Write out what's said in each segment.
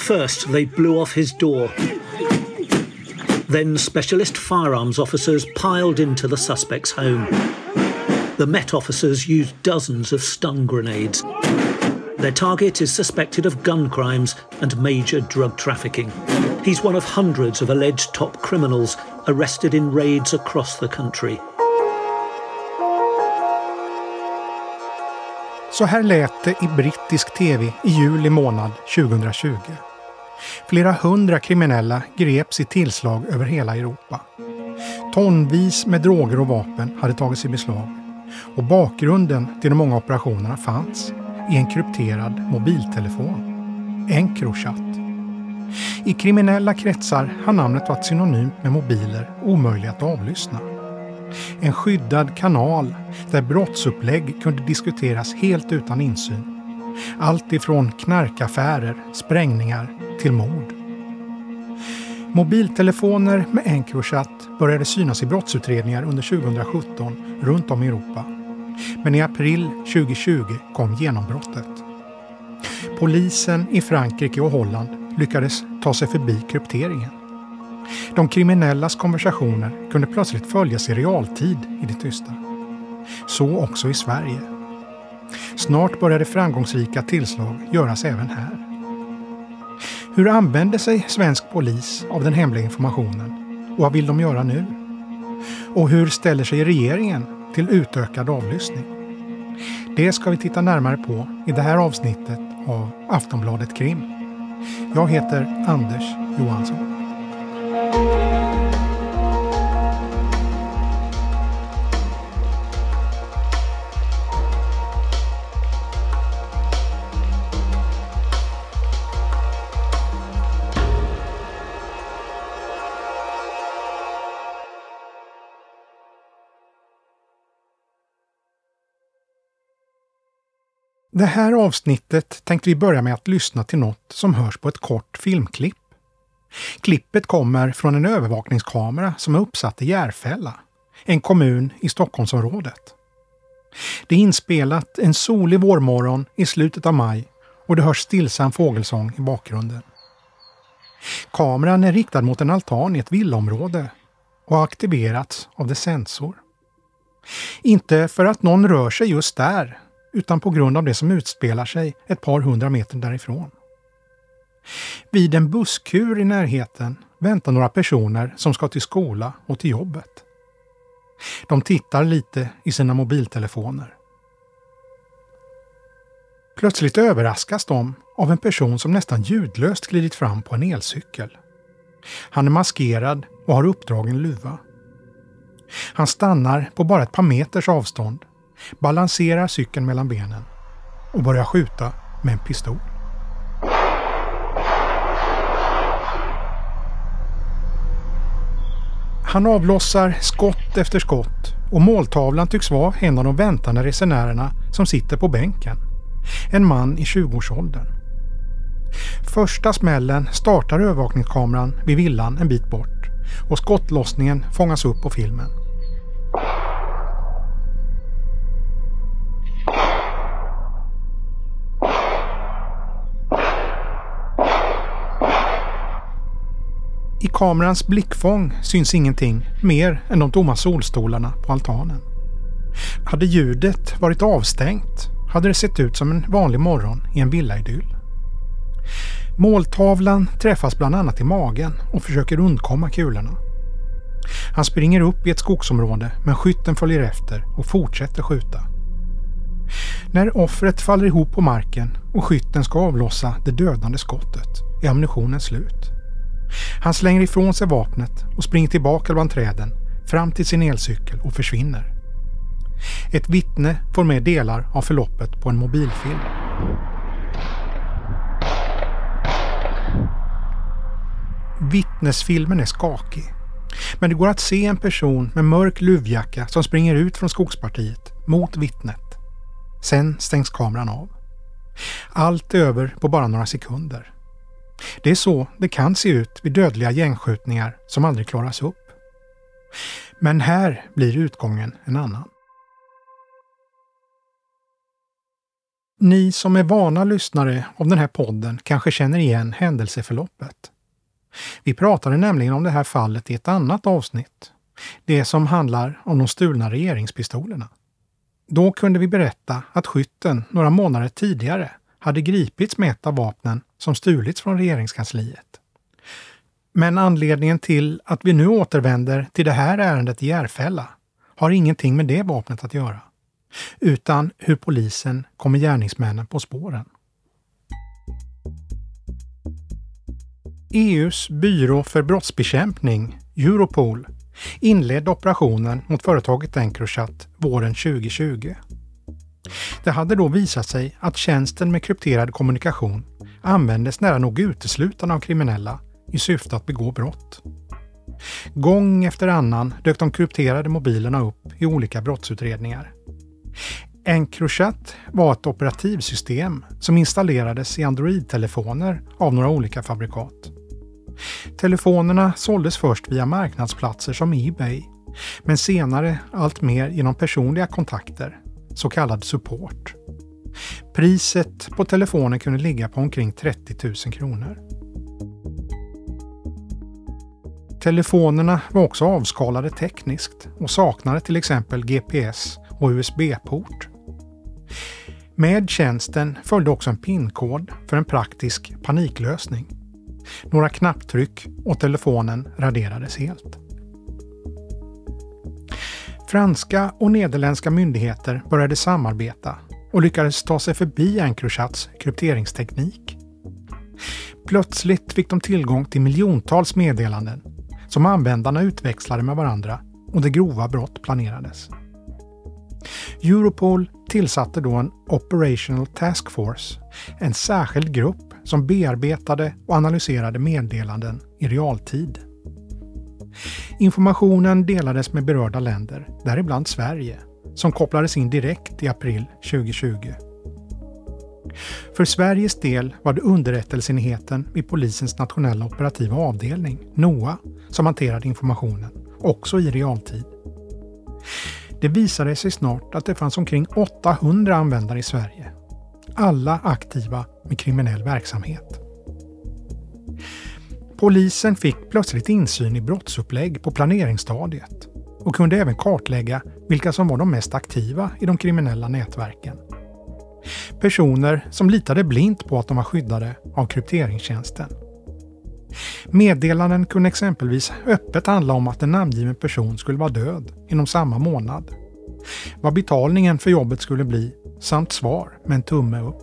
First, they blew off his door. Then specialist firearms officers piled into the suspect's home. The Met officers used dozens of stun grenades. Their target is suspected of gun crimes and major drug trafficking. He's one of hundreds of alleged top criminals arrested in raids across the country. Så här lät det i brittisk tv i juli månad 2020. Flera hundra kriminella greps i tillslag över hela Europa. Tonvis med droger och vapen hade tagits i beslag. Och bakgrunden till de många operationerna fanns i en krypterad mobiltelefon. Encrochat. I kriminella kretsar har namnet varit synonymt med mobiler omöjliga att avlyssna. En skyddad kanal där brottsupplägg kunde diskuteras helt utan insyn. Allt ifrån knarkaffärer, sprängningar till mord. Mobiltelefoner med Encrochat började synas i brottsutredningar under 2017 runt om i Europa. Men i april 2020 kom genombrottet. Polisen i Frankrike och Holland lyckades ta sig förbi krypteringen. De kriminellas konversationer kunde plötsligt följas i realtid i det tysta. Så också i Sverige. Snart började framgångsrika tillslag göras även här. Hur använder sig svensk polis av den hemliga informationen? Och vad vill de göra nu? Och hur ställer sig regeringen till utökad avlyssning? Det ska vi titta närmare på i det här avsnittet av Aftonbladet Krim. Jag heter Anders Johansson. Det här avsnittet tänkte vi börja med att lyssna till något som hörs på ett kort filmklipp. Klippet kommer från en övervakningskamera som är uppsatt i Järfälla, en kommun i Stockholmsområdet. Det är inspelat en solig vårmorgon i slutet av maj och det hörs stillsam fågelsång i bakgrunden. Kameran är riktad mot en altan i ett villaområde och har aktiverats av dess sensor. Inte för att någon rör sig just där, utan på grund av det som utspelar sig ett par hundra meter därifrån. Vid en busskur i närheten väntar några personer som ska till skola och till jobbet. De tittar lite i sina mobiltelefoner. Plötsligt överraskas de av en person som nästan ljudlöst glidit fram på en elcykel. Han är maskerad och har uppdragen luva. Han stannar på bara ett par meters avstånd, balanserar cykeln mellan benen och börjar skjuta med en pistol. Han avlossar skott efter skott och måltavlan tycks vara en av de väntande resenärerna som sitter på bänken. En man i 20-årsåldern. Första smällen startar övervakningskameran vid villan en bit bort och skottlossningen fångas upp på filmen. I kamerans blickfång syns ingenting mer än de tomma solstolarna på altanen. Hade ljudet varit avstängt hade det sett ut som en vanlig morgon i en villaidyll. Måltavlan träffas bland annat i magen och försöker undkomma kulorna. Han springer upp i ett skogsområde men skytten följer efter och fortsätter skjuta. När offret faller ihop på marken och skytten ska avlossa det dödande skottet är ammunitionen slut. Han slänger ifrån sig vapnet och springer tillbaka bland träden fram till sin elcykel och försvinner. Ett vittne får med delar av förloppet på en mobilfilm. Vittnesfilmen är skakig, men det går att se en person med mörk luvjacka som springer ut från skogspartiet mot vittnet. Sen stängs kameran av. Allt är över på bara några sekunder. Det är så det kan se ut vid dödliga gängskjutningar som aldrig klaras upp. Men här blir utgången en annan. Ni som är vana lyssnare av den här podden kanske känner igen händelseförloppet. Vi pratade nämligen om det här fallet i ett annat avsnitt. Det som handlar om de stulna regeringspistolerna. Då kunde vi berätta att skytten några månader tidigare hade gripits med ett av vapnen som stulits från regeringskansliet. Men anledningen till att vi nu återvänder till det här ärendet i Järfälla har ingenting med det vapnet att göra, utan hur polisen kommer gärningsmännen på spåren. EUs byrå för brottsbekämpning, Europol, inledde operationen mot företaget Encrochat våren 2020. Det hade då visat sig att tjänsten med krypterad kommunikation användes nära nog uteslutande av kriminella i syfte att begå brott. Gång efter annan dök de krypterade mobilerna upp i olika brottsutredningar. Encrochat var ett operativsystem som installerades i Android-telefoner av några olika fabrikat. Telefonerna såldes först via marknadsplatser som eBay, men senare allt mer genom personliga kontakter, så kallad support. Priset på telefonen kunde ligga på omkring 30 000 kronor. Telefonerna var också avskalade tekniskt och saknade till exempel GPS och USB-port. Med tjänsten följde också en PIN-kod för en praktisk paniklösning. Några knapptryck och telefonen raderades helt. Franska och nederländska myndigheter började samarbeta och lyckades ta sig förbi Encrochats krypteringsteknik. Plötsligt fick de tillgång till miljontals meddelanden som användarna utväxlade med varandra och det grova brott planerades. Europol tillsatte då en Operational Task Force, en särskild grupp som bearbetade och analyserade meddelanden i realtid. Informationen delades med berörda länder, däribland Sverige, som kopplades in direkt i april 2020. För Sveriges del var det underrättelseenheten vid polisens nationella operativa avdelning, NOA, som hanterade informationen, också i realtid. Det visade sig snart att det fanns omkring 800 användare i Sverige. Alla aktiva med kriminell verksamhet. Polisen fick plötsligt insyn i brottsupplägg på planeringsstadiet och kunde även kartlägga vilka som var de mest aktiva i de kriminella nätverken. Personer som litade blint på att de var skyddade av krypteringstjänsten. Meddelanden kunde exempelvis öppet handla om att en namngiven person skulle vara död inom samma månad. Vad betalningen för jobbet skulle bli samt svar med en tumme upp.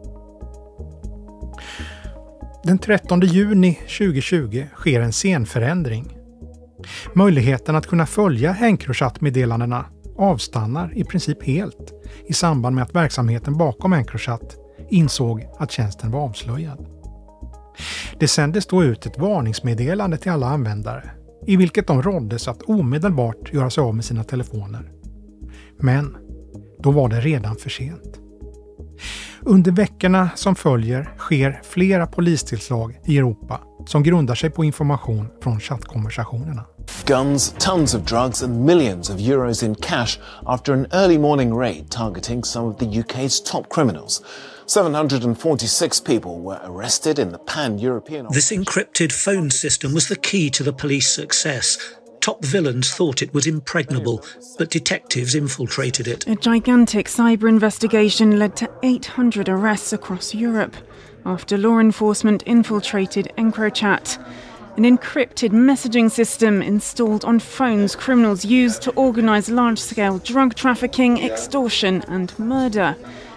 Den 13 juni 2020 sker en scenförändring. Möjligheten att kunna följa Encrochat-meddelandena avstannar i princip helt i samband med att verksamheten bakom Encrochat insåg att tjänsten var avslöjad. Det sändes då ut ett varningsmeddelande till alla användare i vilket de råddes att omedelbart göra sig av med sina telefoner. Men då var det redan för sent. Under veckorna som följer sker flera polistillslag i Europa som grundar sig på information från chattkonversationerna. Guns, tons of drugs and millions of euros in cash after an early morning raid targeting some of the UK's top criminals. 746 people were arrested in the pan-European... This encrypted phone system was the key to the police success. Top villains thought it was impregnable, but detectives infiltrated it. A gigantic cyber investigation led to 800 arrests across Europe after law enforcement infiltrated Encrochat, an encrypted messaging system installed on phones criminals use to organize large-scale drug trafficking, extortion and murder.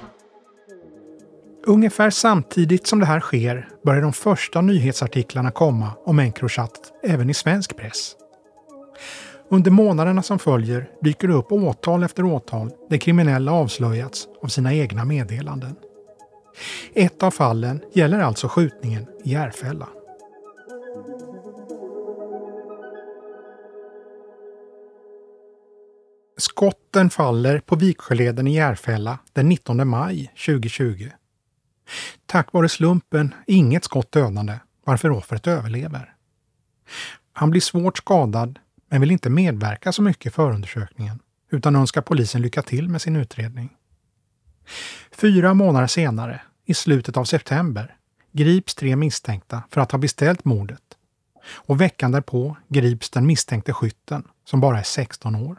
Ungefär samtidigt som det här sker börjar de första nyhetsartiklarna komma om Encrochat även i svensk press. Under månaderna som följer dyker det upp åtal efter åtal där kriminella avslöjats av sina egna meddelanden. Ett av fallen gäller alltså skjutningen i Järfälla. Skotten faller på Viksjöleden i Järfälla den 19 maj 2020. Tack vare slumpen inget skott dödande, varför offret överlever. Han blir svårt skadad men vill inte medverka så mycket i förundersökningen utan önskar polisen lycka till med sin utredning. 4 månader senare, i slutet av september, grips 3 misstänkta för att ha beställt mordet. Och veckan därpå grips den misstänkte skytten som bara är 16 år.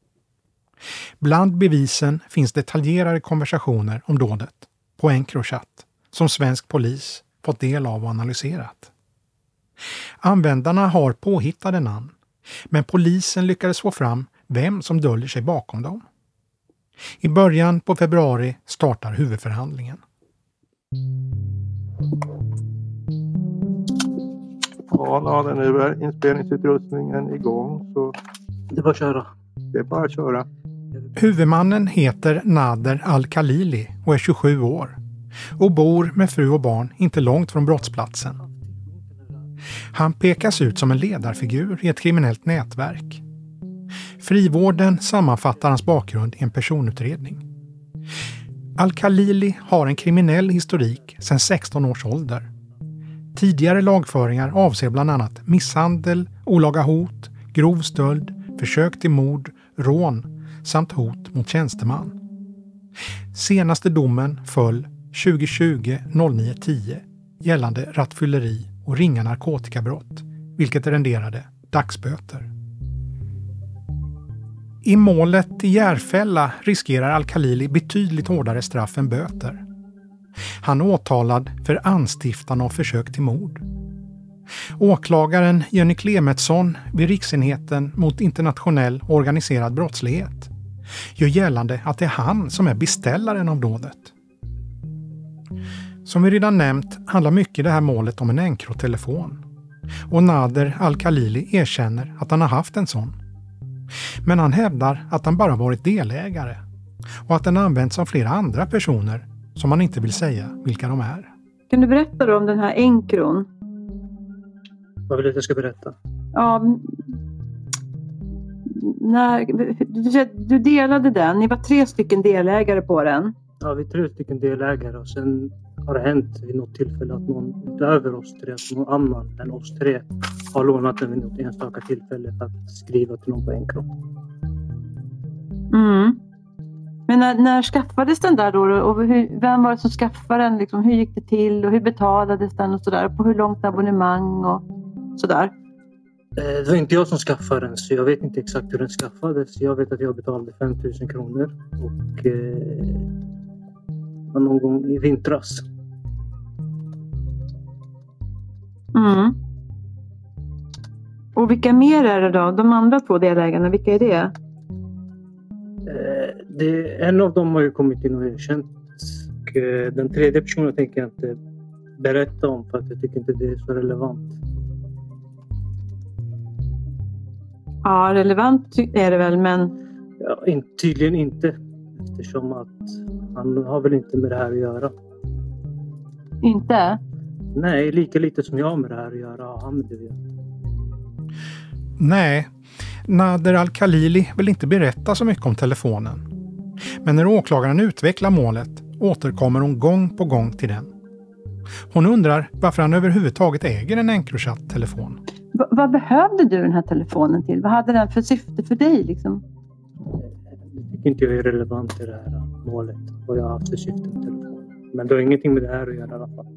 Bland bevisen finns detaljerade konversationer om dådet på Encrochat som svensk polis fått del av och analyserat. Användarna har påhittade namn, men polisen lyckades få fram vem som döljer sig bakom dem. I början på februari startar huvudförhandlingen. Ja, nu är inspelningsutrustningen igång, så det är bara att köra. Det är bara att köra. Huvudmannen heter Nader Al-Khalili och är 27 år och bor med fru och barn inte långt från brottsplatsen. Han pekas ut som en ledarfigur i ett kriminellt nätverk. Frivården sammanfattar hans bakgrund i en personutredning. Al-Khalili har en kriminell historik sedan 16 års ålder. Tidigare lagföringar avser bland annat misshandel, olaga hot, grov stöld, försök till mord, rån samt hot mot tjänsteman. Senaste domen föll 2020-09-10 gällande rattfylleri och ringa narkotikabrott, vilket renderade dagsböter. I målet i Järfälla riskerar Al-Khalili betydligt hårdare straff än böter. Han är åtalad för anstiftan av försök till mord. Åklagaren Jenny Klemetsson vid Riksenheten mot internationell och organiserad brottslighet gör gällande att det är han som är beställaren av dådet. Som vi redan nämnt handlar mycket i det här målet om en Encro-telefon. Och Nader Al-Khalili erkänner att han har haft en sån. Men han hävdar att han bara varit delägare och att den används av flera andra personer som han inte vill säga vilka de är. Kan du berätta då om den här Encron? Vad vill du att jag ska berätta? Ja, du delade den. Ni var 3 stycken delägare på den. Ja, vi är 3 stycken delägare och sen har det hänt vid något tillfälle att någon utöver oss 3, någon annan än oss 3 har lånat den vid något enstaka tillfälle för att skriva till någon på Encro. Mm. Men när skaffades den där då? Och vem var det som skaffade den? Liksom, hur gick det till och hur betalades den och sådär? På hur långt abonnemang och sådär? Det var inte jag som skaffade den, så jag vet inte exakt hur den skaffades. Jag vet att jag betalade 5 000 kronor och någon gång i vintras. Mm. Och vilka mer är det då? De andra 2 delägarna, vilka är det? En av dem har ju kommit in och erkänt. Och den tredje personen tänker jag inte berätta om för att jag tycker inte det är så relevant. Ja, relevant är det väl, men... Ja, tydligen inte. Eftersom att han har väl inte med det här att göra. Inte? Nej, lika lite som jag med det här att göra har han med det att göra. Nej, Nader Al-Khalili vill inte berätta så mycket om telefonen. Men när åklagaren utvecklar målet återkommer hon gång på gång till den. Hon undrar varför han överhuvudtaget äger en Encrochat-telefon. Vad behövde du den här telefonen till? Vad hade den för syfte för dig liksom? Jag tycker inte jag är relevant i det här målet. Vad jag har haft för syfte med telefonen. Men det har ingenting med det här att göra i alla fall.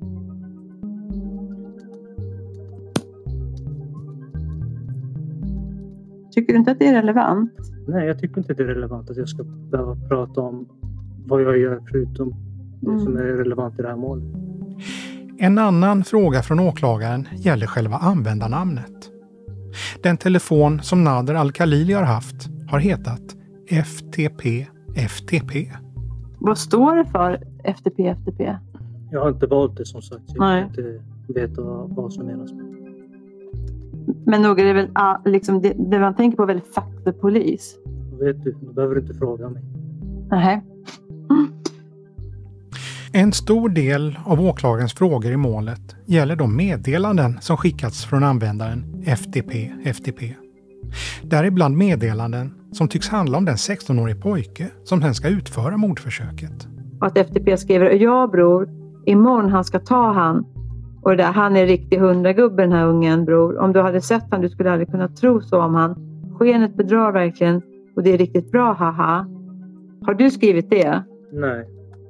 Tycker du inte att det är relevant? Nej, jag tycker inte det är relevant att jag ska behöva prata om vad jag gör förutom det som är relevant i det här målet. En annan fråga från åklagaren gäller själva användarnamnet. Den telefon som Nader Al-Khalili har haft har hetat FTP. Vad står det för FTP? Jag har inte valt det som sagt. Jag Nej. kan inte veta vad som menas med. Men nog är det väl liksom det man tänker på är väl faktapolis? Vet du behöver du inte fråga mig. Nej. En stor del av åklagarens frågor i målet gäller de meddelanden som skickats från användaren FTP. Däribland meddelanden som tycks handla om den 16-årige pojke som sen ska utföra mordförsöket. Och att FTP skriver, ja bror, imorgon han ska ta han. Och det där, han är riktig 100-gubbe den här ungen bror. Om du hade sett han, du skulle aldrig kunna tro så om han. Skenet bedrar verkligen och det är riktigt bra, haha. Har du skrivit det? Nej.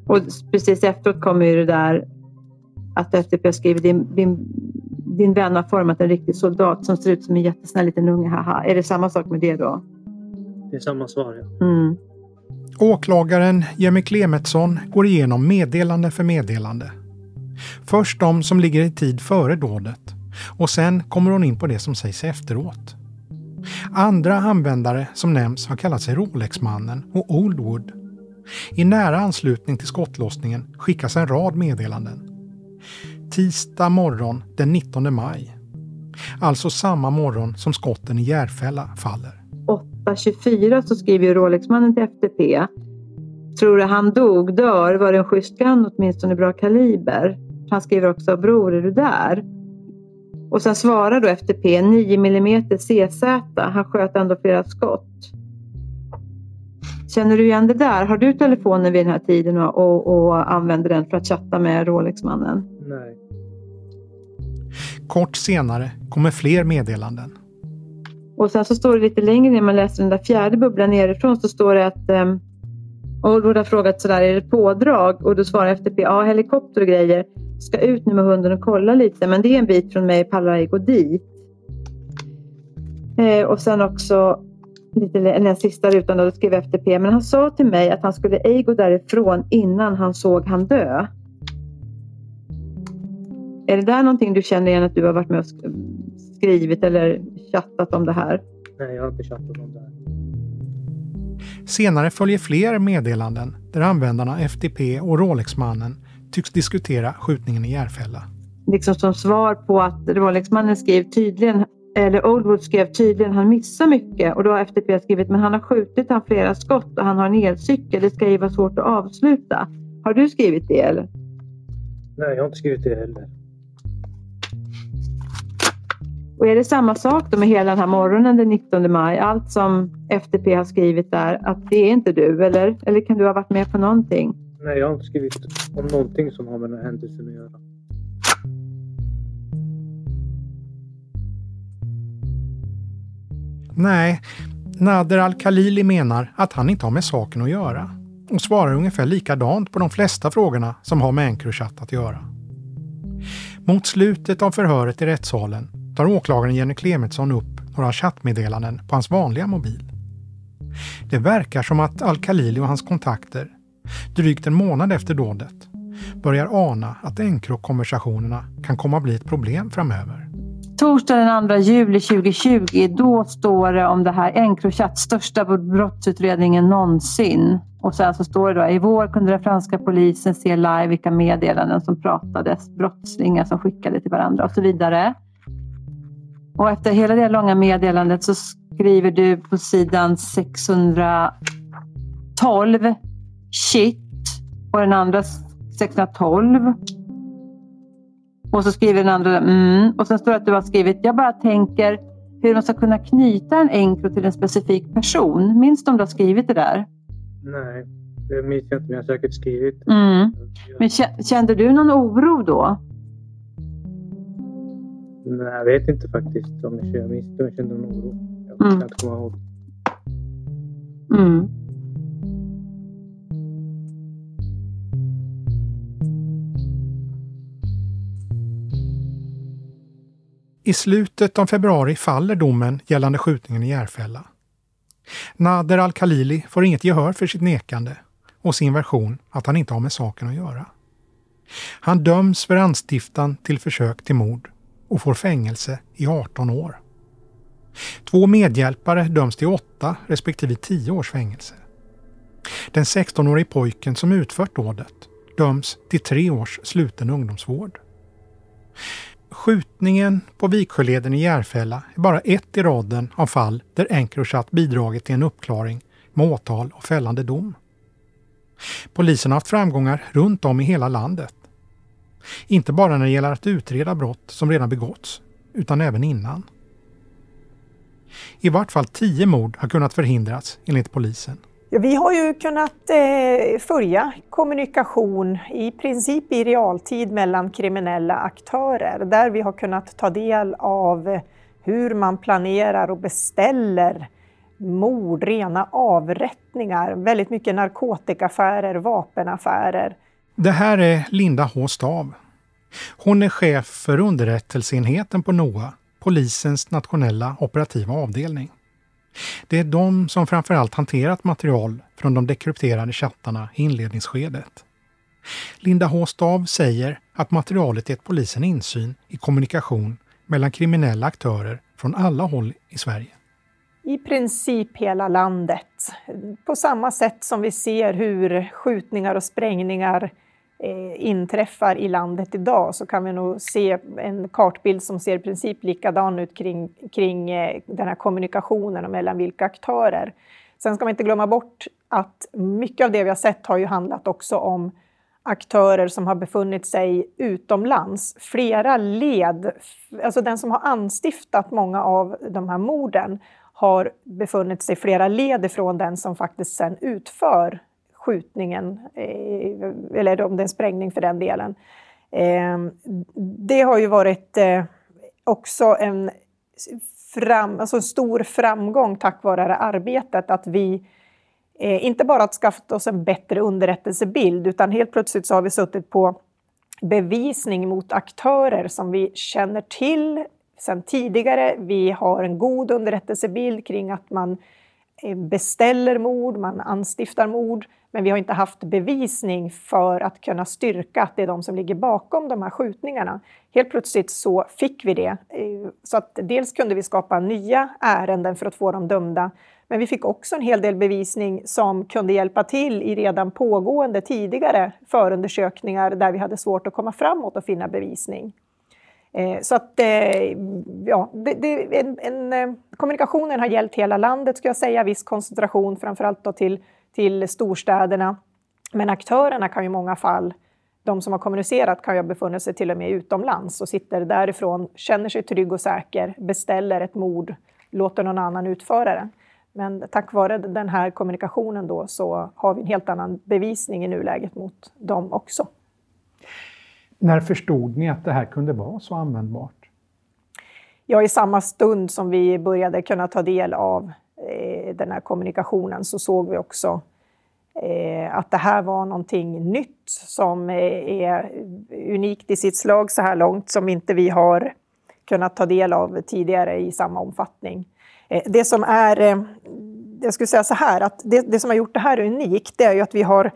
Och precis efteråt kommer ju det där att FTP skriver din vän har format en riktig soldat som ser ut som en jättesnäll liten unge. Haha. Är det samma sak med det då? Det är samma svar, ja. Mm. Åklagaren Jeremy Clemetsson går igenom meddelande för meddelande. Först de som ligger i tid före dådet och sen kommer hon in på det som sägs efteråt. Andra användare som nämns har kallat sig Rolexmannen och Oldwood. I nära anslutning till skottlossningen skickas en rad meddelanden. Tisdag morgon den 19 maj. Alltså samma morgon som skotten i Järfälla faller. 8:24 så skriver ju Rolexmannen till FTP. Tror du han dör? Var det en schysst gun, åtminstone bra kaliber? Han skriver också, bror är du där? Och sen svarar då FTP 9 mm CZ. Han sköt ändå flera skott. Känner du igen det där? Har du telefonen vid den här tiden och använder den för att chatta med Rolexmannen? Nej. Kort senare kommer fler meddelanden. Och sen så står det lite längre när man läser den där fjärde bubblan nerifrån så står det att Oldwood har frågat sådär, är det pådrag? Och då svarar FTP, ja helikopter och grejer. Ska ut nu med hunden och kolla lite, men det är en bit från mig, pallar jag gå dit. Och sen också lite den sista rutan då skrev FTP, men han sa till mig att han skulle ej gå därifrån innan han såg han dö. Är det där någonting du känner igen att du har varit med och skrivit eller chattat om det här? Nej, jag har inte chattat om det här. Senare följer fler meddelanden där användarna FTP och Rolexmannen tycks diskutera skjutningen i Järfälla. Liksom som svar på att Rolexmannen skrev tydligen, eller Oldwood skrev tydligen, han missar mycket. Och då har FTP skrivit, men han har skjutit han flera skott och han har en elcykel. Det ska ju vara svårt att avsluta. Har du skrivit det eller? Nej, jag har inte skrivit det heller. Och är det samma sak då med hela den här morgonen den 19 maj? Allt som FTP har skrivit där, att det är inte du, eller? Eller kan du ha varit med på någonting? Nej, jag har inte skrivit om någonting som har med den här händelsen att göra. Nej, Nader Al-Khalili menar att han inte har med saken att göra. Och svarar ungefär likadant på de flesta frågorna som har med Encrochat att göra. Mot slutet av förhöret i rättssalen tar åklagaren Jenny Clemetsson upp några chattmeddelanden på hans vanliga mobil. Det verkar som att Al-Khalili och hans kontakter, drygt en månad efter dådet, börjar ana att Encro-konversationerna kan komma att bli ett problem framöver. Torsdag den 2 juli 2020, då står det om det här Encrochat, största brottsutredningen någonsin. Och sen så står det då, i vår kunde den franska polisen se live vilka meddelanden som pratades, brottslingar som skickade till varandra och så vidare. Och efter hela det långa meddelandet så skriver du på sidan 612 shit och den andra 612. Och så skriver den andra och sen står det att du har skrivit, jag bara tänker hur de ska kunna knyta en Encro till en specifik person. Minns du om du har skrivit det där? Nej, det minns jag inte, men jag har säkert skrivit. Men kände du någon oro då? Nej, jag vet inte faktiskt om jag kände någon oro. Jag kan inte komma ihåg. I slutet av februari faller domen gällande skjutningen i Järfälla. Nader Al-Khalili får inget gehör för sitt nekande och sin version att han inte har med saken att göra. Han döms för anstiftan till försök till mord och får fängelse i 18 år. 2 medhjälpare döms till 8 respektive 10 års fängelse. Den 16-årige pojken som utfört dådet döms till 3 års sluten ungdomsvård. Skjutningen på Viksjöleden i Järfälla är bara ett i raden av fall där Encrochat bidragit till en uppklaring med åtal och fällande dom. Polisen har haft framgångar runt om i hela landet. Inte bara när det gäller att utreda brott som redan begåtts, utan även innan. I vart fall 10 mord har kunnat förhindras enligt polisen. Ja, vi har ju kunnat följa kommunikation i princip i realtid mellan kriminella aktörer. Där vi har kunnat ta del av hur man planerar och beställer mord, rena avrättningar, väldigt mycket narkotikaaffärer, vapenaffärer. Det här är Linda H. Stav. Hon är chef för underrättelseenheten på NOA, polisens nationella operativa avdelning. Det är de som framförallt hanterat material från de dekrypterade chattarna i inledningsskedet. Linda H. Stav säger att materialet gett polisen insyn i kommunikation mellan kriminella aktörer från alla håll i Sverige. I princip hela landet. På samma sätt som vi ser hur skjutningar och sprängningar inträffar i landet idag, så kan vi nog se en kartbild som ser i princip likadan ut kring den här kommunikationen och mellan vilka aktörer. Sen ska man inte glömma bort att mycket av det vi har sett har ju handlat också om aktörer som har befunnit sig utomlands. Flera led, alltså den som har anstiftat många av de här morden har befunnit sig flera led ifrån den som faktiskt sen utför skjutningen, eller om det är en sprängning för den delen. Det har ju varit också en stor framgång tack vare det här arbetet, att vi inte bara skaffat oss en bättre underrättelsebild, utan helt plötsligt så har vi suttit på bevisning mot aktörer som vi känner till sedan tidigare. Vi har en god underrättelsebild kring att man beställer mord, man anstiftar mord, men vi har inte haft bevisning för att kunna styrka att det är de som ligger bakom de här skjutningarna. Helt plötsligt så fick vi det. Så att dels kunde vi skapa nya ärenden för att få dem dömda, men vi fick också en hel del bevisning som kunde hjälpa till i redan pågående tidigare förundersökningar där vi hade svårt att komma framåt och finna bevisning. Så att ja, kommunikationen har gällt hela landet, ska jag säga, viss koncentration framförallt då till storstäderna. Men aktörerna kan ju i många fall, de som har kommunicerat kan ju ha befunnit sig till och med utomlands och sitter därifrån, känner sig trygg och säker, beställer ett mord, låter någon annan utföra det. Men tack vare den här kommunikationen då så har vi en helt annan bevisning i nuläget mot dem också. När förstod ni att det här kunde vara så användbart? Ja, i samma stund som vi började kunna ta del av den här kommunikationen så såg vi också att det här var någonting nytt som är unikt i sitt slag så här långt, som inte vi har kunnat ta del av tidigare i samma omfattning. Det som är, jag skulle säga så här, att det som har gjort det här unikt, det är ju att vi har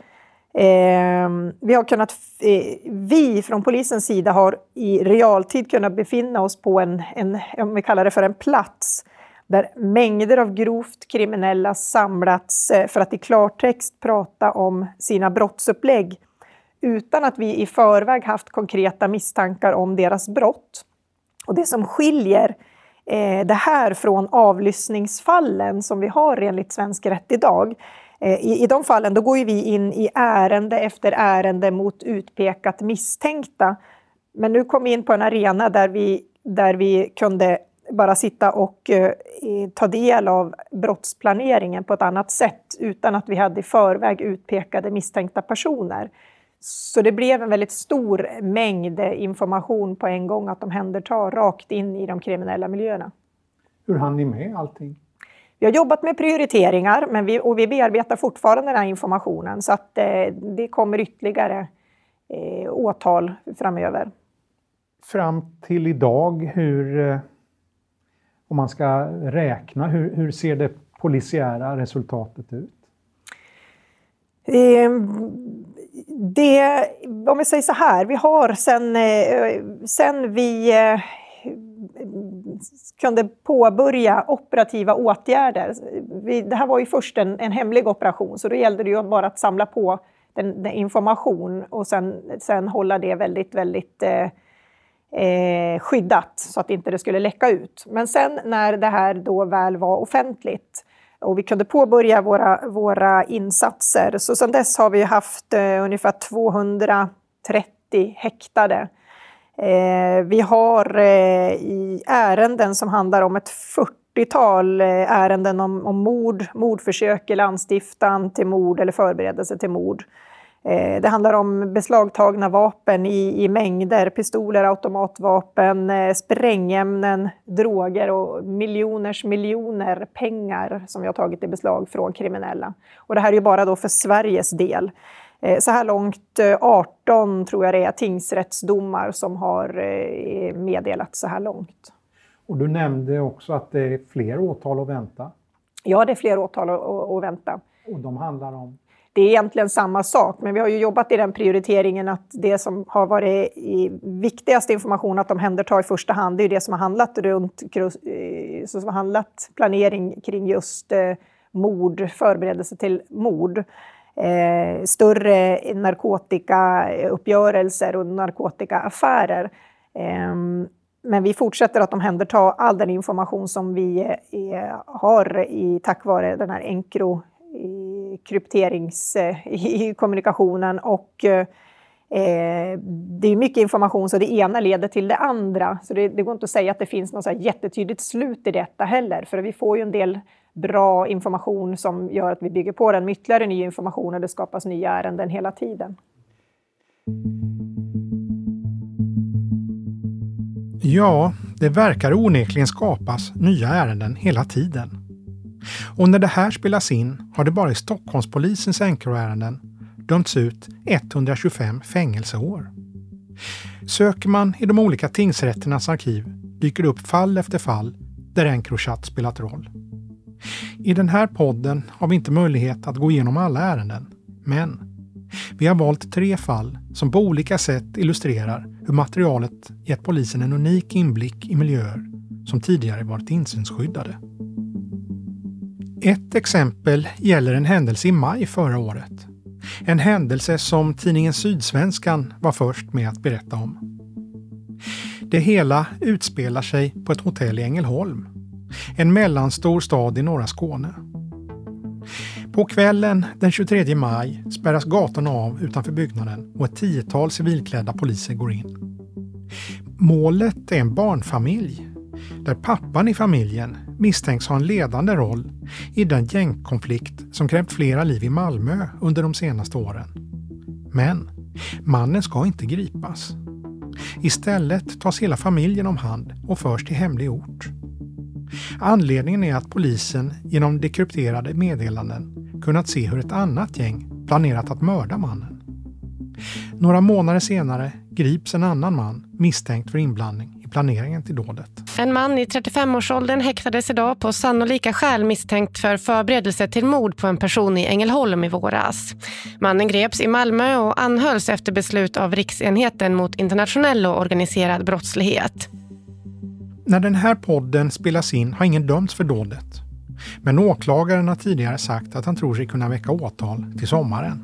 kunnat, vi från polisens sida har i realtid kunnat befinna oss på en om vi kallar det för en plats där mängder av grovt kriminella samlats för att i klartext prata om sina brottsupplägg utan att vi i förväg haft konkreta misstankar om deras brott. Och det som skiljer det här från avlyssningsfallen som vi har enligt svensk rätt idag, i de fallen då går ju vi in i ärende efter ärende mot utpekat misstänkta. Men nu kom vi in på en arena där vi kunde bara sitta och ta del av brottsplaneringen på ett annat sätt utan att vi hade i förväg utpekade misstänkta personer. Så det blev en väldigt stor mängd information på en gång att de händertar rakt in i de kriminella miljöerna. Hur hann ni med allting? Vi har jobbat med prioriteringar, men vi bearbetar fortfarande den här informationen, så att det kommer ytterligare åtal framöver. Fram till idag, om man ska räkna, hur ser det polisiära resultatet ut? Om vi säger så här, vi har sen vi kunde påbörja operativa åtgärder. Det här var ju först en hemlig operation, så då gällde det ju bara att samla på den information och sen hålla det väldigt, väldigt skyddat så att inte det skulle läcka ut. Men sen när det här då väl var offentligt och vi kunde påbörja våra insatser, så sedan dess har vi haft ungefär 230 häktade. Vi har i ärenden som handlar om ett 40-tal ärenden om mordförsök eller anstiftan till mord eller förberedelse till mord. Det handlar om beslagtagna vapen i mängder, pistoler, automatvapen, sprängämnen, droger och miljoner pengar som vi har tagit i beslag från kriminella. Och det här är ju bara då för Sveriges del. Så här långt 18 tror jag det är tingsrättsdomar som har meddelats så här långt. Och du nämnde också att det är fler åtal att vänta. Ja, det är fler åtal att vänta. Och de handlar om? Det är egentligen samma sak, men vi har ju jobbat i den prioriteringen att det som har varit i viktigaste information att omhänderta i första hand, det är det som har handlat som har handlat planering kring just mord, förberedelse till mord. Större narkotikauppgörelser och narkotikaaffärer. Men vi fortsätter att omhänderta all den information som vi har tack vare den här Encro i kommunikationen, och det är mycket information så det ena leder till det andra. Så det går inte att säga att det finns något så här jättetydligt slut i detta heller, för vi får ju en del bra information som gör att vi bygger på den med ytterligare ny information och det skapas nya ärenden hela tiden. Ja, det verkar onekligen skapas nya ärenden hela tiden. Och när det här spelas in har det bara i Stockholmspolisens Encro-ärenden dömts ut 125 fängelseår. Söker man i de olika tingsrätternas arkiv dyker det upp fall efter fall där Encrochat spelat roll. I den här podden har vi inte möjlighet att gå igenom alla ärenden, men vi har valt 3 fall som på olika sätt illustrerar hur materialet gett polisen en unik inblick i miljöer som tidigare varit insynsskyddade. Ett exempel gäller en händelse i maj förra året. En händelse som tidningen Sydsvenskan var först med att berätta om. Det hela utspelar sig på ett hotell i Ängelholm, en mellanstor stad i norra Skåne. På kvällen den 23 maj spärras gatorna av utanför byggnaden och ett 10-tal civilklädda poliser går in. Målet är en barnfamilj där pappan i familjen misstänks ha en ledande roll i den gängkonflikt som krävt flera liv i Malmö under de senaste åren. Men mannen ska inte gripas. Istället tas hela familjen om hand och förs till hemlig ort. Anledningen är att polisen genom dekrypterade meddelanden kunnat se hur ett annat gäng planerat att mörda mannen. Några månader senare grips en annan man misstänkt för inblandning i planeringen till dådet. En man i 35-årsåldern häktades idag på sannolika skäl misstänkt för förberedelse till mord på en person i Ängelholm i våras. Mannen greps i Malmö och anhölls efter beslut av Riksenheten mot internationell och organiserad brottslighet. När den här podden spelas in har ingen dömts för dådet. Men åklagaren har tidigare sagt att han tror sig kunna väcka åtal till sommaren.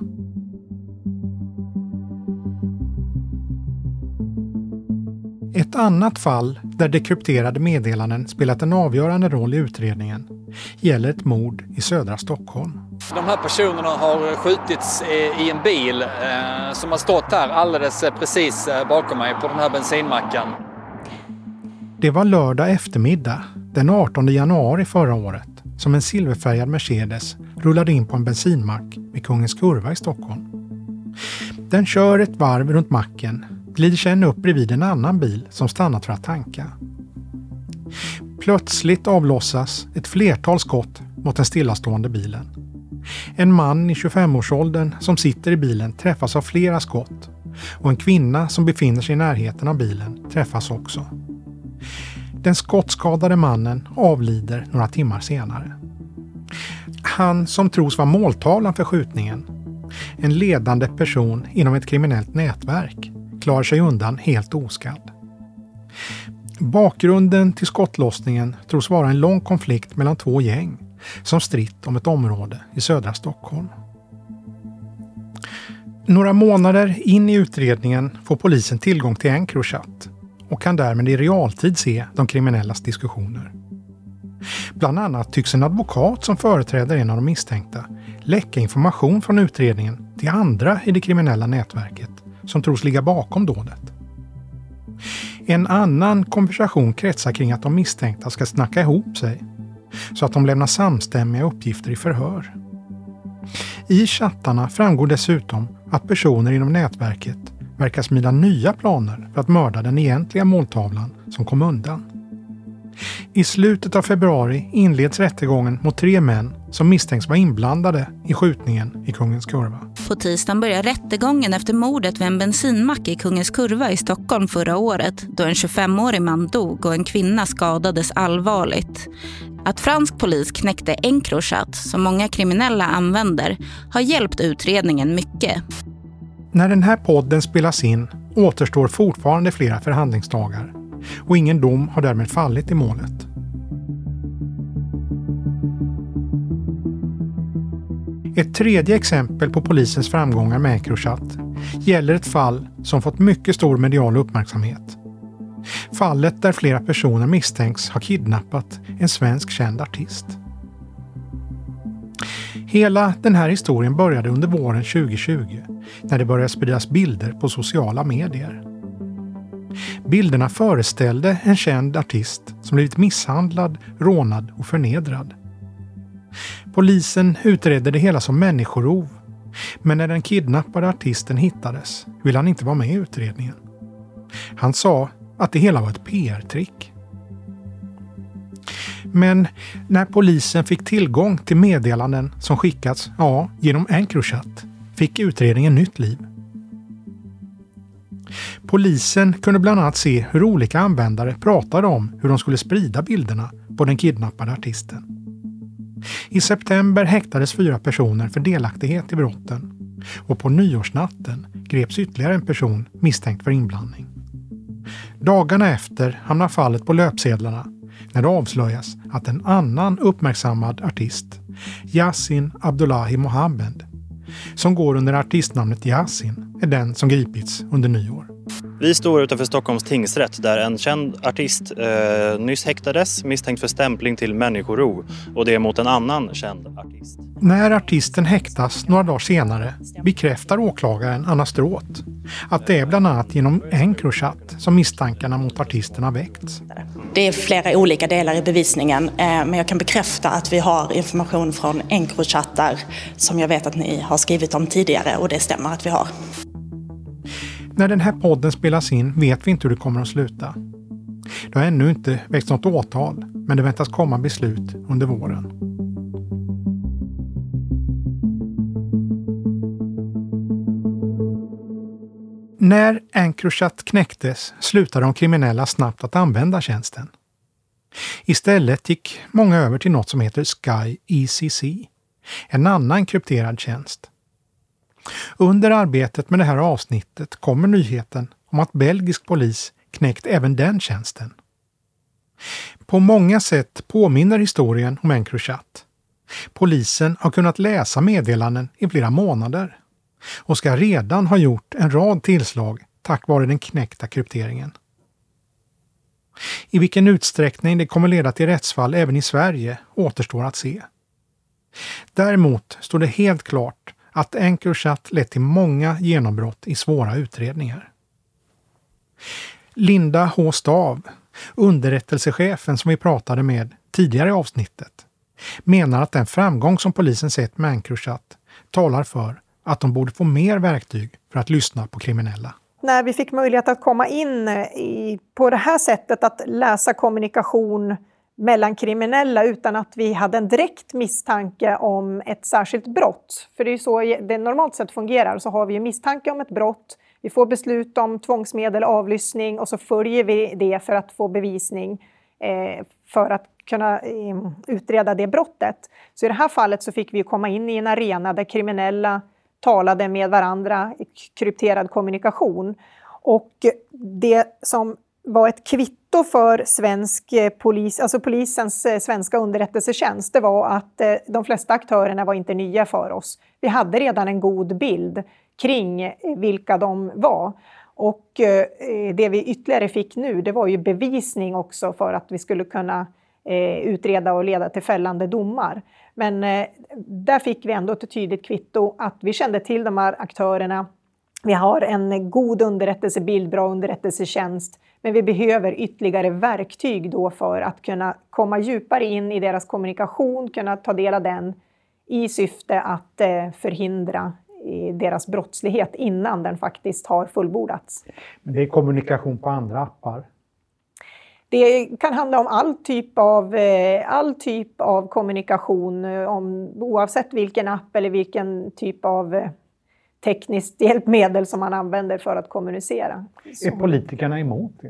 Ett annat fall där dekrypterade meddelanden spelat en avgörande roll i utredningen gäller ett mord i södra Stockholm. De här personerna har skjutits i en bil som har stått här alldeles precis bakom mig på den här bensinmacken. Det var lördag eftermiddag, den 18 januari förra året, som en silverfärgad Mercedes rullade in på en bensinmack vid Kungens Kurva i Stockholm. Den kör ett varv runt macken, glider sen upp bredvid en annan bil som stannat för att tanka. Plötsligt avlossas ett flertal skott mot den stillastående bilen. En man i 25-årsåldern som sitter i bilen träffas av flera skott och en kvinna som befinner sig i närheten av bilen träffas också. Den skottskadade mannen avlider några timmar senare. Han som tros vara måltavlan för skjutningen, en ledande person inom ett kriminellt nätverk, klarar sig undan helt oskadd. Bakgrunden till skottlossningen tros vara en lång konflikt mellan 2 gäng som stritt om ett område i södra Stockholm. Några månader in i utredningen får polisen tillgång till Encrochat och kan därmed i realtid se de kriminellas diskussioner. Bland annat tycks en advokat som företräder en av de misstänkta läcka information från utredningen till andra i det kriminella nätverket som tros ligga bakom dådet. En annan konversation kretsar kring att de misstänkta ska snacka ihop sig så att de lämnar samstämmiga uppgifter i förhör. I chattarna framgår dessutom att personer inom nätverket verkar smida nya planer för att mörda den egentliga måltavlan som kom undan. I slutet av februari inleds rättegången mot 3 män som misstänks vara inblandade i skjutningen i Kungens Kurva. På tisdagen börjar rättegången efter mordet vid en bensinmack i Kungens Kurva i Stockholm förra året, då en 25-årig man dog och en kvinna skadades allvarligt. Att fransk polis knäckte Encrochat, som många kriminella använder, har hjälpt utredningen mycket. När den här podden spelas in återstår fortfarande flera förhandlingsdagar och ingen dom har därmed fallit i målet. Ett tredje exempel på polisens framgångar med Encrochat gäller ett fall som fått mycket stor medial uppmärksamhet. Fallet där flera personer misstänks ha kidnappat en svensk känd artist. Hela den här historien började under våren 2020 när det började spridas bilder på sociala medier. Bilderna föreställde en känd artist som blivit misshandlad, rånad och förnedrad. Polisen utredde det hela som människorov, men när den kidnappade artisten hittades ville han inte vara med i utredningen. Han sa att det hela var ett PR-trick. Men när polisen fick tillgång till meddelanden som skickats genom Encrochat fick utredningen nytt liv. Polisen kunde bland annat se hur olika användare pratade om hur de skulle sprida bilderna på den kidnappade artisten. I september häktades 4 personer för delaktighet i brotten och på nyårsnatten greps ytterligare en person misstänkt för inblandning. Dagarna efter hamnar fallet på löpsedlarna när det avslöjas att en annan uppmärksammad artist, Yasin Abdullahi Mohammed, som går under artistnamnet Yasin, är den som gripits under nyår. Vi står utanför Stockholms tingsrätt där en känd artist nyss häktades misstänkt för stämpling till människorov, och det är mot en annan känd artist. När artisten häktas några dagar senare bekräftar åklagaren Anna Stråth att det är bland annat genom Encrochat som misstankarna mot artisten har väckts. Det är flera olika delar i bevisningen, men jag kan bekräfta att vi har information från Encrochattar som jag vet att ni har skrivit om tidigare, och det stämmer att vi har. När den här podden spelas in vet vi inte hur det kommer att sluta. Det har ännu inte väckts något åtal, men det väntas komma beslut under våren. När Encrochat knäcktes slutade de kriminella snabbt att använda tjänsten. Istället gick många över till något som heter Sky ECC, en annan krypterad tjänst. Under arbetet med det här avsnittet kommer nyheten om att belgisk polis knäckt även den tjänsten. På många sätt påminner historien om Encrochat. Polisen har kunnat läsa meddelanden i flera månader och ska redan ha gjort en rad tillslag tack vare den knäckta krypteringen. I vilken utsträckning det kommer leda till rättsfall även i Sverige återstår att se. Däremot står det helt klart att Encrochat lett till många genombrott i svåra utredningar. Linda H. Stav, underrättelsechefen som vi pratade med tidigare i avsnittet, menar att den framgång som polisen sett med Encrochat talar för att de borde få mer verktyg för att lyssna på kriminella. När vi fick möjlighet att komma in på det här sättet att läsa kommunikation mellan kriminella utan att vi hade en direkt misstanke om ett särskilt brott. För det är ju så det normalt sett fungerar. Så har vi ju misstanke om ett brott, vi får beslut om tvångsmedel, avlyssning och så följer vi det för att få bevisning för att kunna utreda det brottet. Så i det här fallet så fick vi komma in i en arena där kriminella talade med varandra i krypterad kommunikation. Och det som var ett kvitto för svensk polis, alltså polisens svenska underrättelsetjänst, det var att de flesta aktörerna var inte nya för oss. Vi hade redan en god bild kring vilka de var. Och det vi ytterligare fick nu, det var ju bevisning också för att vi skulle kunna utreda och leda till fällande domar. Men där fick vi ändå ett tydligt kvitto att vi kände till de här aktörerna. Vi har en god underrättelsebild, bra underrättelsetjänst, men vi behöver ytterligare verktyg då för att kunna komma djupare in i deras kommunikation, kunna ta del av den i syfte att förhindra deras brottslighet innan den faktiskt har fullbordats. Men det är kommunikation på andra appar? Det kan handla om all typ av kommunikation, oavsett vilken app eller vilken typ av tekniskt hjälpmedel som man använder för att kommunicera. Är politikerna emot det?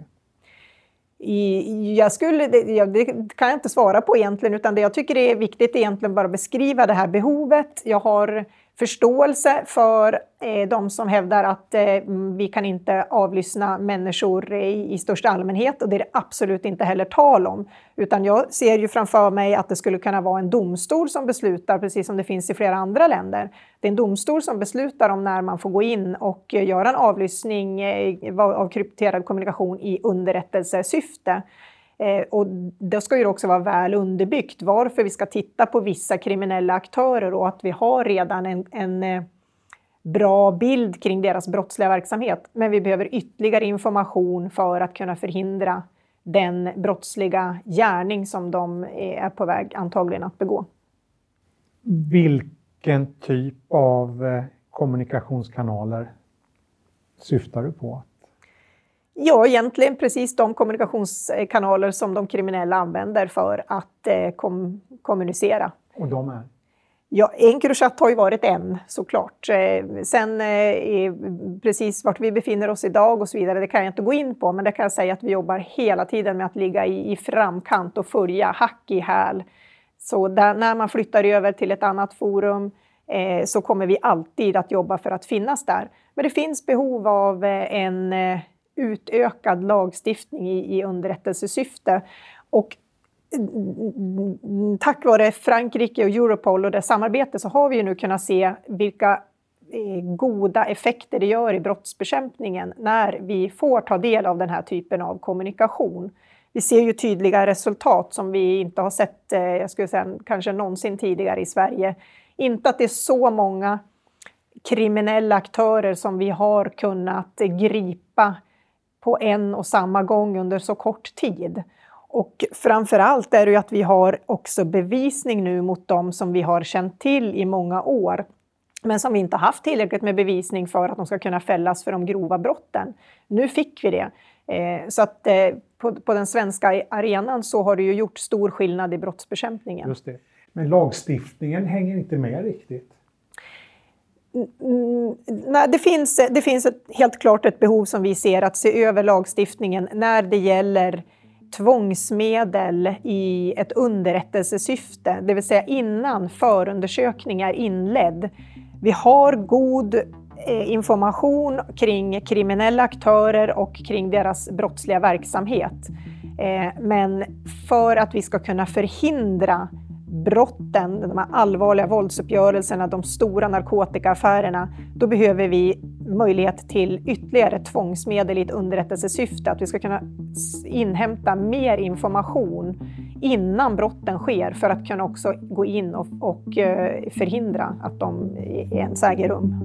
Det kan jag inte svara på egentligen, utan det jag tycker är viktigt är egentligen bara beskriva det här behovet. Jag har förståelse för de som hävdar att vi kan inte avlyssna människor i största allmänhet, och det är det absolut inte heller tal om. Utan jag ser ju framför mig att det skulle kunna vara en domstol som beslutar, precis som det finns i flera andra länder. Det är en domstol som beslutar om när man får gå in och göra en avlyssning av krypterad kommunikation i underrättelsesyfte. Och då ska ju också vara väl underbyggt varför vi ska titta på vissa kriminella aktörer, och att vi har redan en bra bild kring deras brottsliga verksamhet. Men vi behöver ytterligare information för att kunna förhindra den brottsliga gärning som de är på väg antagligen att begå. Vilken typ av kommunikationskanaler syftar du på? Ja, egentligen precis de kommunikationskanaler som de kriminella använder för att kommunicera. Och de är? Ja, Encrochat har ju varit en, såklart. Sen precis vart vi befinner oss idag och så vidare, det kan jag inte gå in på. Men det kan jag säga att vi jobbar hela tiden med att ligga i framkant och följa hack i häl. Så när man flyttar över till ett annat forum så kommer vi alltid att jobba för att finnas där. Men det finns behov av en utökad lagstiftning i underrättelsesyfte. Och tack vare Frankrike och Europol och det samarbete så har vi ju nu kunnat se vilka goda effekter det gör i brottsbekämpningen när vi får ta del av den här typen av kommunikation. Vi ser ju tydliga resultat som vi inte har sett, jag skulle säga, kanske någonsin tidigare i Sverige. Inte att det är så många kriminella aktörer som vi har kunnat gripa på en och samma gång under så kort tid. Och framförallt är det ju att vi har också bevisning nu mot dem som vi har känt till i många år. Men som vi inte haft tillräckligt med bevisning för att de ska kunna fällas för de grova brotten. Nu fick vi det. Så att på den svenska arenan så har det ju gjort stor skillnad i brottsbekämpningen. Just det. Men lagstiftningen hänger inte med riktigt. Nej, det finns helt klart ett behov som vi ser att se över lagstiftningen när det gäller tvångsmedel i ett underrättelsesyfte, det vill säga innan förundersökning är inledd. Vi har god information kring kriminella aktörer och kring deras brottsliga verksamhet. Men för att vi ska kunna förhindra brotten, de här allvarliga våldsuppgörelserna, de stora narkotikaaffärerna, då behöver vi möjlighet till ytterligare tvångsmedel i ett underrättelsesyfte. Att vi ska kunna inhämta mer information innan brotten sker för att kunna också gå in och förhindra att de ens äger rum.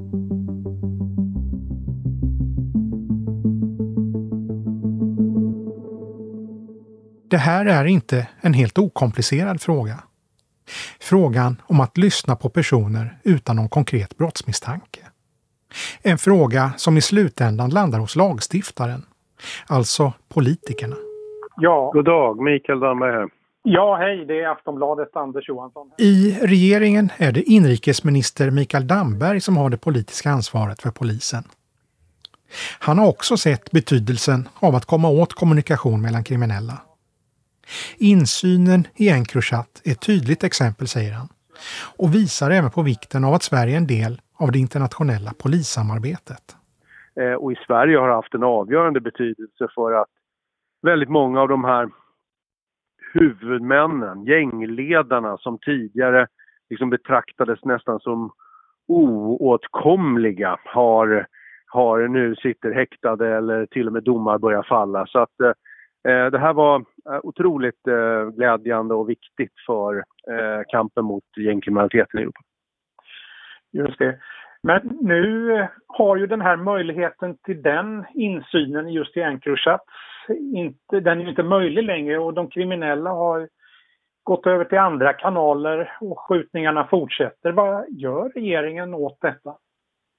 Det här är inte en helt okomplicerad fråga. Frågan om att lyssna på personer utan någon konkret brottsmisstanke. En fråga som i slutändan landar hos lagstiftaren, alltså politikerna. Ja, god dag, Mikael Damberg här. Ja, hej, det är Aftonbladet, Anders Johansson. I regeringen är det inrikesminister Mikael Damberg som har det politiska ansvaret för polisen. Han har också sett betydelsen av att komma åt kommunikation mellan kriminella. Insynen i Encrochat är ett tydligt exempel, säger han, och visar även på vikten av att Sverige är en del av det internationella polissamarbetet. Och i Sverige har haft en avgörande betydelse för att väldigt många av de här huvudmännen, gängledarna som tidigare liksom betraktades nästan som oåtkomliga har nu sitter häktade eller till och med domar börjar falla. Så att det här var otroligt glädjande och viktigt för kampen mot gängkriminaliteten i Europa. Just det. Men nu har ju den här möjligheten till den insynen just i Encrochat, den är inte möjlig längre, och de kriminella har gått över till andra kanaler och skjutningarna fortsätter. Vad gör regeringen åt detta?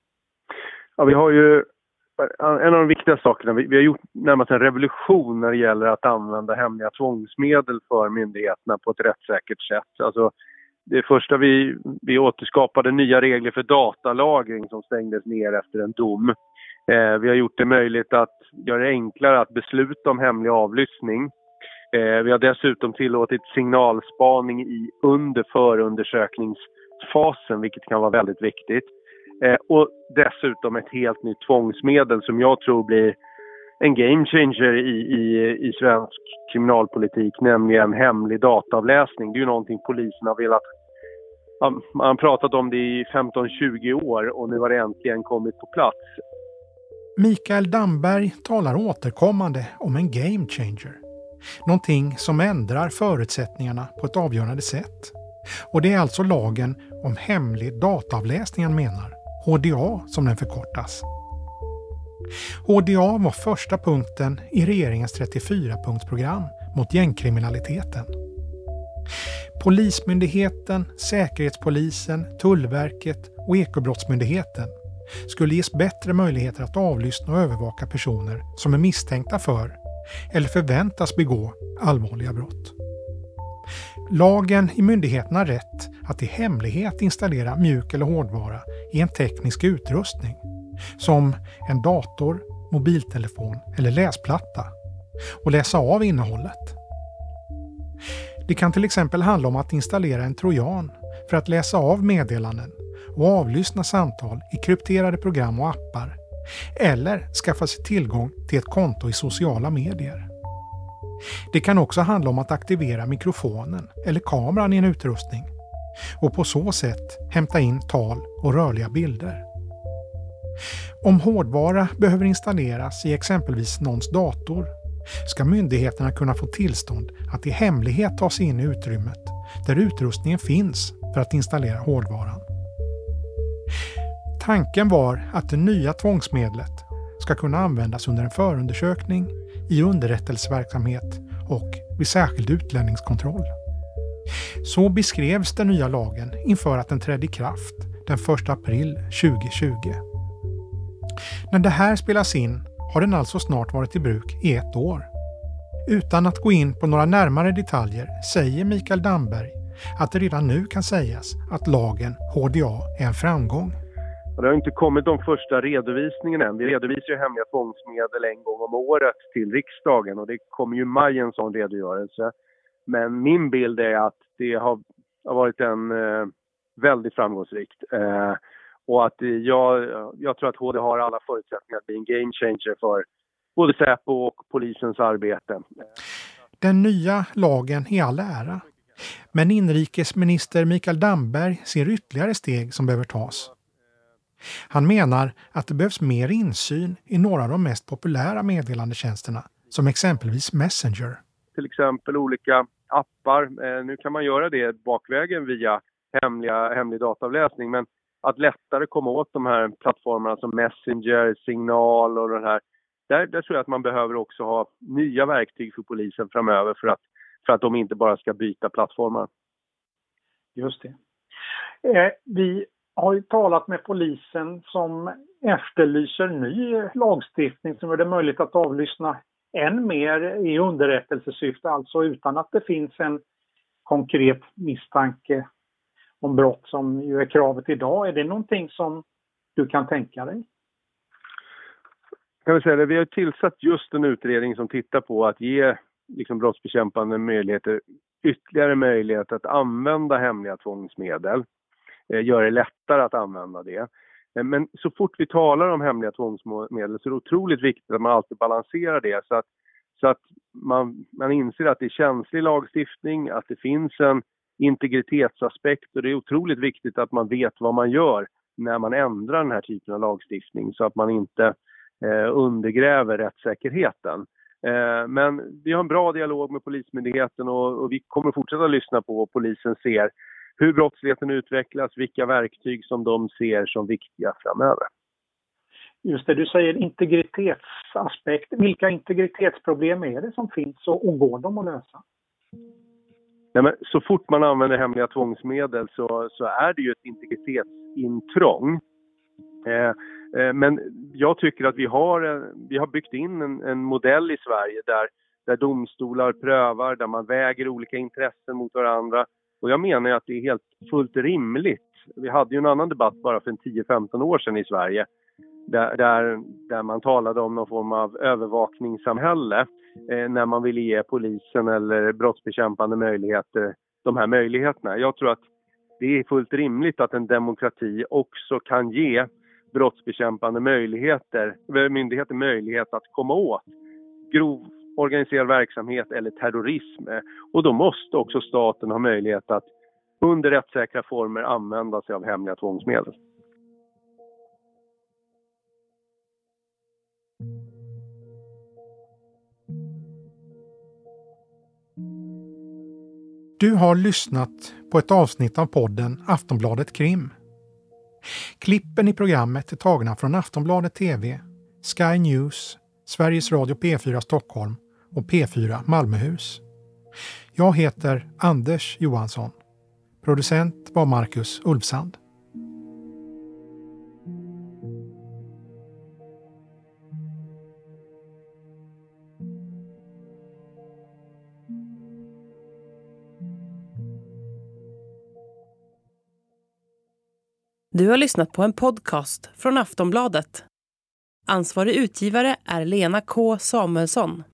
Ja, vi har ju en av de viktiga sakerna. Vi har gjort närmast en revolution när det gäller att använda hemliga tvångsmedel för myndigheterna på ett rättssäkert sätt. Alltså, det första vi återskapade nya regler för datalagring som stängdes ner efter en dom. Vi har gjort det möjligt att göra det enklare att besluta om hemlig avlyssning. Vi har dessutom tillåtit signalspaning under förundersökningsfasen, vilket kan vara väldigt viktigt. Och dessutom ett helt nytt tvångsmedel som jag tror blir en game changer i svensk kriminalpolitik, nämligen hemlig dataavläsning. Det är ju någonting polisen har velat. Man har pratat om det i 15-20 år och nu har det äntligen kommit på plats. Mikael Damberg talar återkommande om en game changer. Någonting som ändrar förutsättningarna på ett avgörande sätt. Och det är alltså lagen om hemlig dataavläsning han menar. HDA som den förkortas. HDA var första punkten i regeringens 34-punktsprogram mot gängkriminaliteten. Polismyndigheten, Säkerhetspolisen, Tullverket och Ekobrottsmyndigheten skulle ges bättre möjligheter att avlyssna och övervaka personer som är misstänkta för eller förväntas begå allvarliga brott. Lagen i myndigheten har rätt att i hemlighet installera mjuk- eller hårdvara i en teknisk utrustning som en dator, mobiltelefon eller läsplatta och läsa av innehållet. Det kan till exempel handla om att installera en trojan för att läsa av meddelanden och avlyssna samtal i krypterade program och appar eller skaffa sig tillgång till ett konto i sociala medier. Det kan också handla om att aktivera mikrofonen eller kameran i en utrustning och på så sätt hämta in tal och rörliga bilder. Om hårdvara behöver installeras i exempelvis någons dator ska myndigheterna kunna få tillstånd att i hemlighet ta sig in i utrymmet där utrustningen finns för att installera hårdvaran. Tanken var att det nya tvångsmedlet ska kunna användas under en förundersökning, i underrättelseverksamhet och vid särskild utlänningskontroll. Så beskrevs den nya lagen inför att den trädde i kraft den 1 april 2020. När det här spelas in har den alltså snart varit i bruk i 1 år. Utan att gå in på några närmare detaljer säger Mikael Damberg att det redan nu kan sägas att lagen HDA är en framgång. Det har inte kommit de första redovisningarna än. Vi redovisar ju hemliga tvångsmedel en gång om året till riksdagen och det kommer ju i maj en sån redogörelse. Men min bild är att det har varit en väldigt framgångsrikt. Och att jag tror att HD har alla förutsättningar att bli en game changer för både Säpo och polisens arbete. Den nya lagen är all ära. Men inrikesminister Mikael Damberg ser ytterligare steg som behöver tas. Han menar att det behövs mer insyn i några av de mest populära meddelandetjänsterna, som exempelvis Messenger. Till exempel olika appar. Nu kan man göra det bakvägen via hemlig dataavläsning, men att lättare komma åt de här plattformarna som Messenger, Signal och den här. Där tror jag att man behöver också ha nya verktyg för polisen framöver för att de inte bara ska byta plattformar. Just det. Vi har ju talat med polisen som efterlyser ny lagstiftning som gör det möjligt att avlyssna än mer i underrättelsesyfte, alltså utan att det finns en konkret misstanke om brott som ju är kravet idag. Är det någonting som du kan tänka dig? Kan vi säga det, vi har tillsatt just en utredning som tittar på att ge brottsbekämpande myndigheter ytterligare möjlighet att använda hemliga tvångsmedel. Gör det lättare att använda det. Men så fort vi talar om hemliga tvångsmedel så är det otroligt viktigt att man alltid balanserar det så att man inser att det är känslig lagstiftning, att det finns en integritetsaspekt och det är otroligt viktigt att man vet vad man gör när man ändrar den här typen av lagstiftning så att man inte undergräver rättssäkerheten. Men vi har en bra dialog med polismyndigheten och vi kommer fortsätta lyssna på vad polisen ser, hur brottsligheten utvecklas, vilka verktyg som de ser som viktiga framöver. Just det, du säger integritetsaspekt. Vilka integritetsproblem är det som finns och går de att lösa? Nej, men så fort man använder hemliga tvångsmedel så är det ju ett integritetsintrång. Men jag tycker att vi har byggt in en modell i Sverige där domstolar prövar, där man väger olika intressen mot varandra. Och jag menar att det är helt fullt rimligt. Vi hade ju en annan debatt bara för 10-15 år sedan i Sverige där man talade om någon form av övervakningssamhälle när man ville ge polisen eller brottsbekämpande myndigheter de här möjligheterna. Jag tror att det är fullt rimligt att en demokrati också kan ge brottsbekämpande myndigheter möjlighet att komma åt grov organiserad verksamhet eller terrorism. Och då måste också staten ha möjlighet att under rättssäkra former använda sig av hemliga tvångsmedel. Du har lyssnat på ett avsnitt av podden Aftonbladet Krim. Klippen i programmet är tagna från Aftonbladet TV, Sky News, Sveriges Radio P4 Stockholm och P4 Malmöhus. Jag heter Anders Johansson. Producent var Marcus Ulfsand. Du har lyssnat på en podcast från Aftonbladet. Ansvarig utgivare är Lena K. Samuelsson.